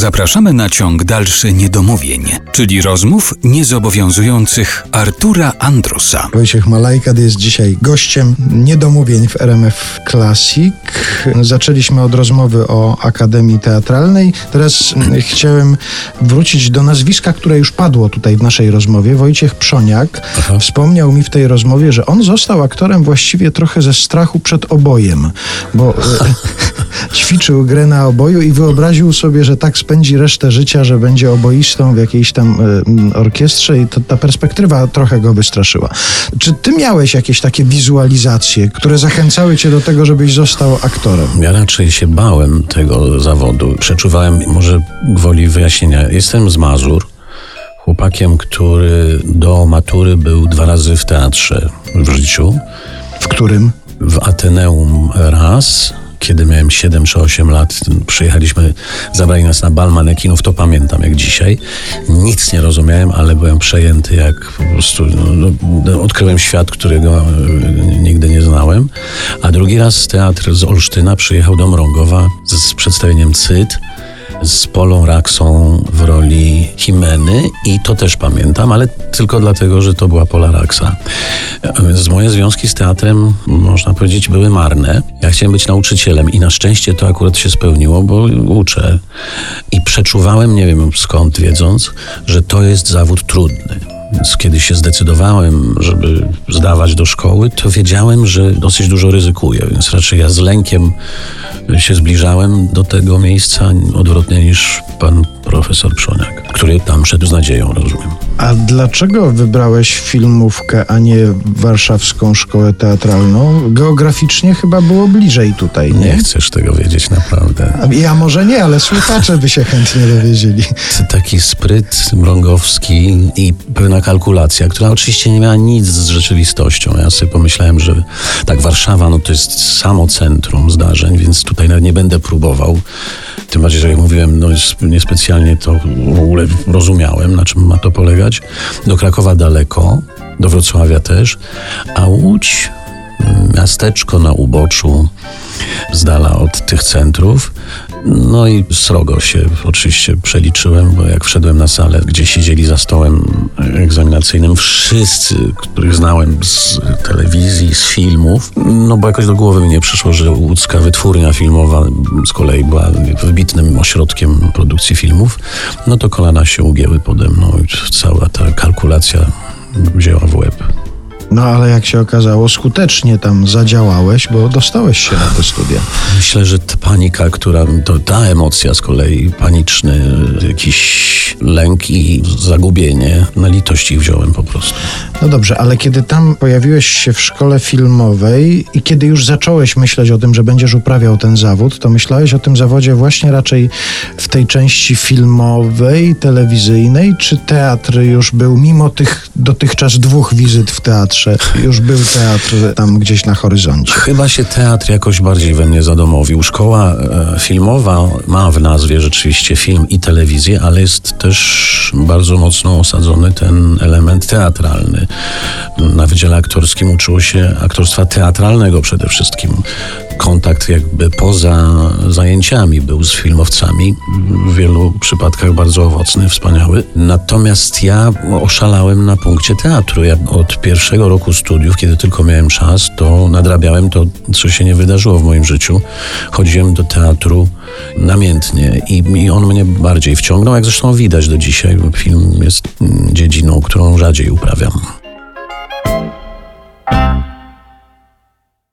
Zapraszamy na ciąg dalszy niedomówień, czyli rozmów niezobowiązujących Artura Andrusa. Wojciech Malajkat jest dzisiaj gościem niedomówień w RMF Classic. Zaczęliśmy od rozmowy o Akademii Teatralnej. Teraz chciałem wrócić do nazwiska, które już padło tutaj w naszej rozmowie. Wojciech Przoniak wspomniał mi w tej rozmowie, że on został aktorem właściwie trochę ze strachu przed obojem, bo ćwiczył grę na oboju i wyobraził sobie, że tak spędzi resztę życia, że będzie oboistą w jakiejś tam orkiestrze i ta perspektywa trochę go wystraszyła. Czy ty miałeś jakieś takie wizualizacje, które zachęcały cię do tego, żebyś został aktorem? Ja raczej się bałem tego zawodu. Przeczuwałem, może gwoli wyjaśnienia, jestem z Mazur, chłopakiem, który do matury był 2 razy w teatrze w życiu. W którym? W Ateneum raz. Kiedy miałem 7 czy 8 lat, przyjechaliśmy, zabrali nas na bal manekinów, to pamiętam jak dzisiaj. Nic nie rozumiałem, ale byłem przejęty, jak po prostu odkryłem świat, którego nigdy nie znałem. A drugi raz teatr z Olsztyna przyjechał do Mrągowa z przedstawieniem Cyd, z Polą Raksą w roli Himeny i to też pamiętam, ale tylko dlatego, że to była Pola Raksa. Więc moje związki z teatrem, można powiedzieć, były marne. Ja chciałem być nauczycielem i na szczęście to akurat się spełniło, bo uczę. I przeczuwałem, nie wiem skąd wiedząc, że to jest zawód trudny. Więc kiedy się zdecydowałem, żeby zdawać do szkoły, to wiedziałem, że dosyć dużo ryzykuję. Więc raczej ja z lękiem się zbliżałem do tego miejsca odwrotnie niż pan profesor Przoniak, który tam szedł z nadzieją, rozumiem. A dlaczego wybrałeś filmówkę, a nie warszawską szkołę teatralną? Geograficznie chyba było bliżej tutaj, nie? Nie chcesz tego wiedzieć naprawdę. Ja może nie, ale słuchacze by się chętnie dowiedzieli. Taki spryt mrągowski i pewna kalkulacja, która oczywiście nie miała nic z rzeczywistością. Ja sobie pomyślałem, że tak, Warszawa to jest samo centrum zdarzeń, więc tutaj nawet nie będę próbował. Tym bardziej, że jak mówiłem, niespecjalnie to w ogóle rozumiałem, na czym ma to polegać. Do Krakowa daleko, do Wrocławia też, a Łódź, miasteczko na uboczu, z dala od tych centrów. No i srogo się oczywiście przeliczyłem, bo jak wszedłem na salę, gdzie siedzieli za stołem egzaminacyjnym wszyscy, których znałem z telewizji, z filmów, bo jakoś do głowy mi nie przyszło, że łódzka wytwórnia filmowa z kolei była wybitnym ośrodkiem produkcji filmów, to kolana się ugięły pode mną i cała ta kalkulacja wzięła w łeb. No ale jak się okazało, skutecznie tam zadziałałeś, bo dostałeś się na te studia. Myślę, że ta panika, ta emocja z kolei, paniczny jakiś lęk i zagubienie, na litość ich wziąłem po prostu. No dobrze, ale kiedy tam pojawiłeś się w szkole filmowej i kiedy już zacząłeś myśleć o tym, że będziesz uprawiał ten zawód, to myślałeś o tym zawodzie właśnie raczej w tej części filmowej, telewizyjnej, czy teatr już był, mimo tych dotychczas 2 wizyt w teatrze, już był teatr tam gdzieś na horyzoncie? Chyba się teatr jakoś bardziej we mnie zadomowił. Szkoła filmowa ma w nazwie rzeczywiście film i telewizję, ale jest też bardzo mocno osadzony ten element teatralny. Na Wydziale Aktorskim uczyło się aktorstwa teatralnego przede wszystkim. Kontakt jakby poza zajęciami był z filmowcami, w wielu przypadkach bardzo owocny, wspaniały. Natomiast ja oszalałem na punkcie teatru. Ja od pierwszego roku studiów, kiedy tylko miałem czas, to nadrabiałem to, co się nie wydarzyło w moim życiu. Chodziłem do teatru namiętnie i on mnie bardziej wciągnął, jak zresztą widać do dzisiaj. Film jest dziedziną, którą rzadziej uprawiam.